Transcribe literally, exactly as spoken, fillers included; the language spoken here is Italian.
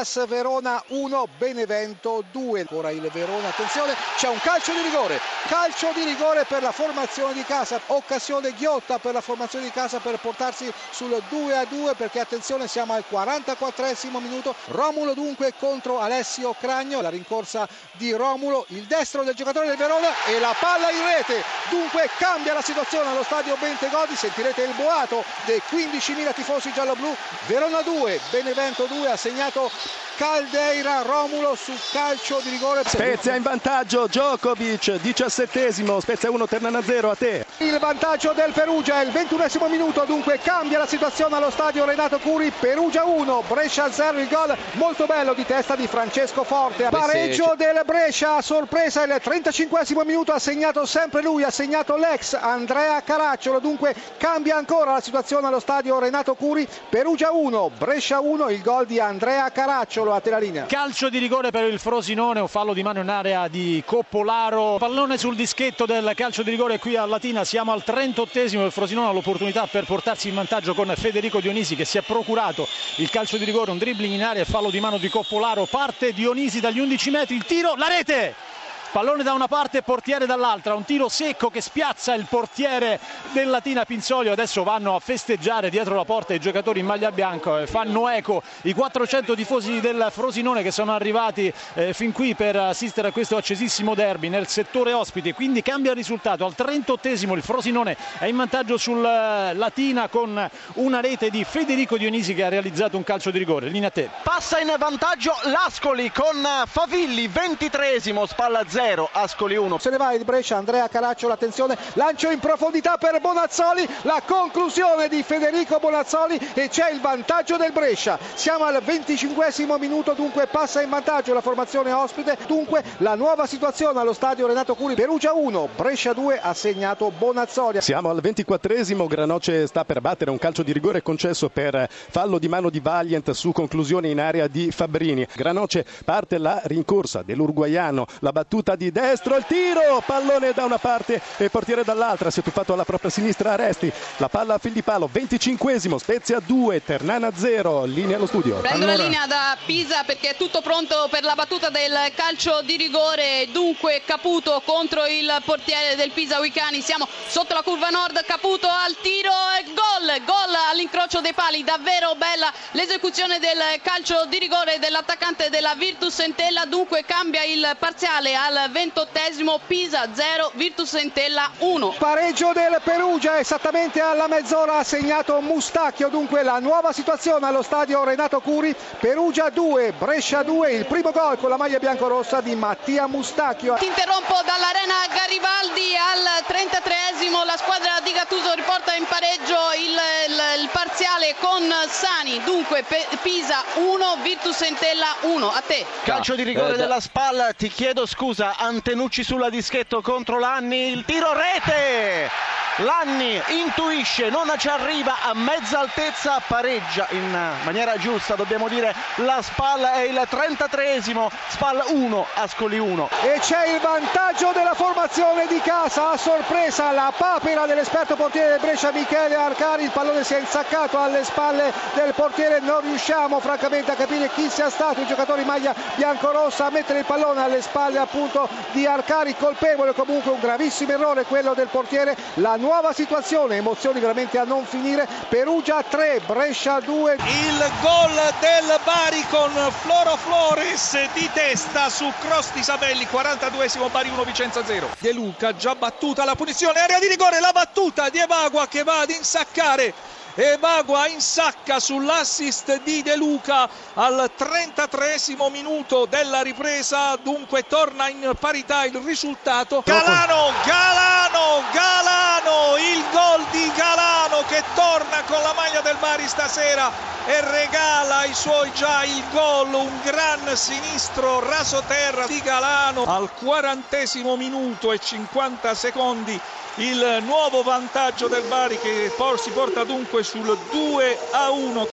Hellas Verona uno, Benevento due. Ancora il Verona, attenzione, c'è un calcio di rigore, calcio di rigore per la formazione di casa, occasione ghiotta per la formazione di casa per portarsi sul due a due, perché attenzione siamo al quarantaquattresimo minuto. Romulo dunque contro Alessio Cragno, la rincorsa di Romulo, il destro del giocatore del Verona e la palla in rete, dunque cambia la situazione allo stadio Bentegodi, sentirete il boato dei quindicimila tifosi gialloblu. Verona due, Benevento due, ha segnato Caldeira, Romulo su calcio di rigore. Spezia in vantaggio, Djokovic, diciassettesimo, Spezia uno, Ternana zero, a te. Il vantaggio del Perugia, il ventunesimo minuto, dunque cambia la situazione allo stadio Renato Curi, Perugia uno, Brescia zero, il gol molto bello di testa di Francesco Forte. Pareggio del Brescia, a sorpresa il trentacinquesimo minuto, ha segnato sempre lui, ha segnato l'ex Andrea Caracciolo, dunque cambia ancora la situazione allo stadio Renato Curi, Perugia uno, Brescia uno, il gol di Andrea Caracciolo. A te la linea. Calcio di rigore per il Frosinone, un fallo di mano in area di Coppolaro, pallone sul dischetto del calcio di rigore qui a Latina, siamo al trentottesimo, il Frosinone ha l'opportunità per portarsi in vantaggio con Federico Dionisi che si è procurato il calcio di rigore, un dribbling in area e fallo di mano di Coppolaro, parte Dionisi dagli undici metri, il tiro, la rete! Pallone da una parte e portiere dall'altra, un tiro secco che spiazza il portiere del Latina Pinzolio. Adesso vanno a festeggiare dietro la porta i giocatori in maglia bianca, eh, fanno eco i quattrocento tifosi del Frosinone che sono arrivati eh, fin qui per assistere a questo accesissimo derby nel settore ospiti, quindi cambia il risultato. Al trentottesimo il Frosinone è in vantaggio sul Latina con una rete di Federico Dionisi che ha realizzato un calcio di rigore. Linea a te. Passa in vantaggio l'Ascoli con Favilli, ventitreesimo, Spalla zero, Ascoli uno. Se ne va il Brescia, Andrea Caracciolo, attenzione, lancio in profondità per Bonazzoli, la conclusione di Federico Bonazzoli e c'è il vantaggio del Brescia. Siamo al venticinquesimo minuto, dunque passa in vantaggio la formazione ospite, dunque la nuova situazione allo stadio Renato Curi, Perugia uno, Brescia due, ha segnato Bonazzoli. Siamo al ventiquattresimo, Granoce sta per battere un calcio di rigore concesso per fallo di mano di Valiant su conclusione in area di Fabbrini. Granoce parte la rincorsa dell'uruguaiano, la battuta di destro, il tiro, pallone da una parte e portiere dall'altra, si è tuffato alla propria sinistra Aresti, la palla a fil di palo. Venticinquesimo, Spezia due, Ternana zero, linea allo studio. Prendo allora... la linea da Pisa perché è tutto pronto per la battuta del calcio di rigore, dunque Caputo contro il portiere del Pisa Uicani, siamo sotto la curva nord, Caputo al tiro, gol, gol all'incrocio dei pali, davvero bella l'esecuzione del calcio di rigore dell'attaccante della Virtus Entella, dunque cambia il parziale al ventottesimo, Pisa zero, Virtus Entella uno. Pareggio del Perugia, esattamente alla mezz'ora ha segnato Mustacchio, dunque la nuova situazione allo stadio Renato Curi, Perugia due, Brescia due, il primo gol con la maglia biancorossa di Mattia Mustacchio. Ti interrompo dall'Arena Garibaldi al trentatreesimo, la squadra di Gattuso riporta in pareggio il, il, il parziale con Sani, dunque Pisa uno, Virtus Entella uno. A te. Calcio di rigore della Spalla, ti chiedo scusa, Antenucci sulla dischetto contro Lanni, il tiro rete, Lanni intuisce, non ci arriva, a mezza altezza pareggia in maniera giusta, dobbiamo dire, la Spalla. È il trentatreesimo, Spalla uno, Ascoli uno. E c'è il vantaggio della formazione di casa, a sorpresa la papera dell'esperto portiere del Brescia Michele Arcari, il pallone si è insaccato alle spalle del portiere, non riusciamo francamente a capire chi sia stato il giocatore in maglia biancorossa a mettere il pallone alle spalle appunto di Arcari, colpevole comunque, un gravissimo errore quello del portiere. La nuova situazione, emozioni veramente a non finire, Perugia tre, Brescia due. Il gol del Bari con Floro Flores di testa su cross di Sabelli, quarantaduesimo, Bari uno, Vicenza zero. De Luca già battuta la punizione, area di rigore, la battuta di Evagua che va ad insaccare. Evagua insacca sull'assist di De Luca al trentatreesimo minuto della ripresa, dunque torna in parità il risultato. Galano, Galano, Galano, il gol di Galano che torna con la maglia del Bari stasera e regala ai suoi già il gol, un gran sinistro rasoterra di Galano al quarantesimo minuto e cinquanta secondi. Il nuovo vantaggio del Bari che si porta dunque sul due a uno.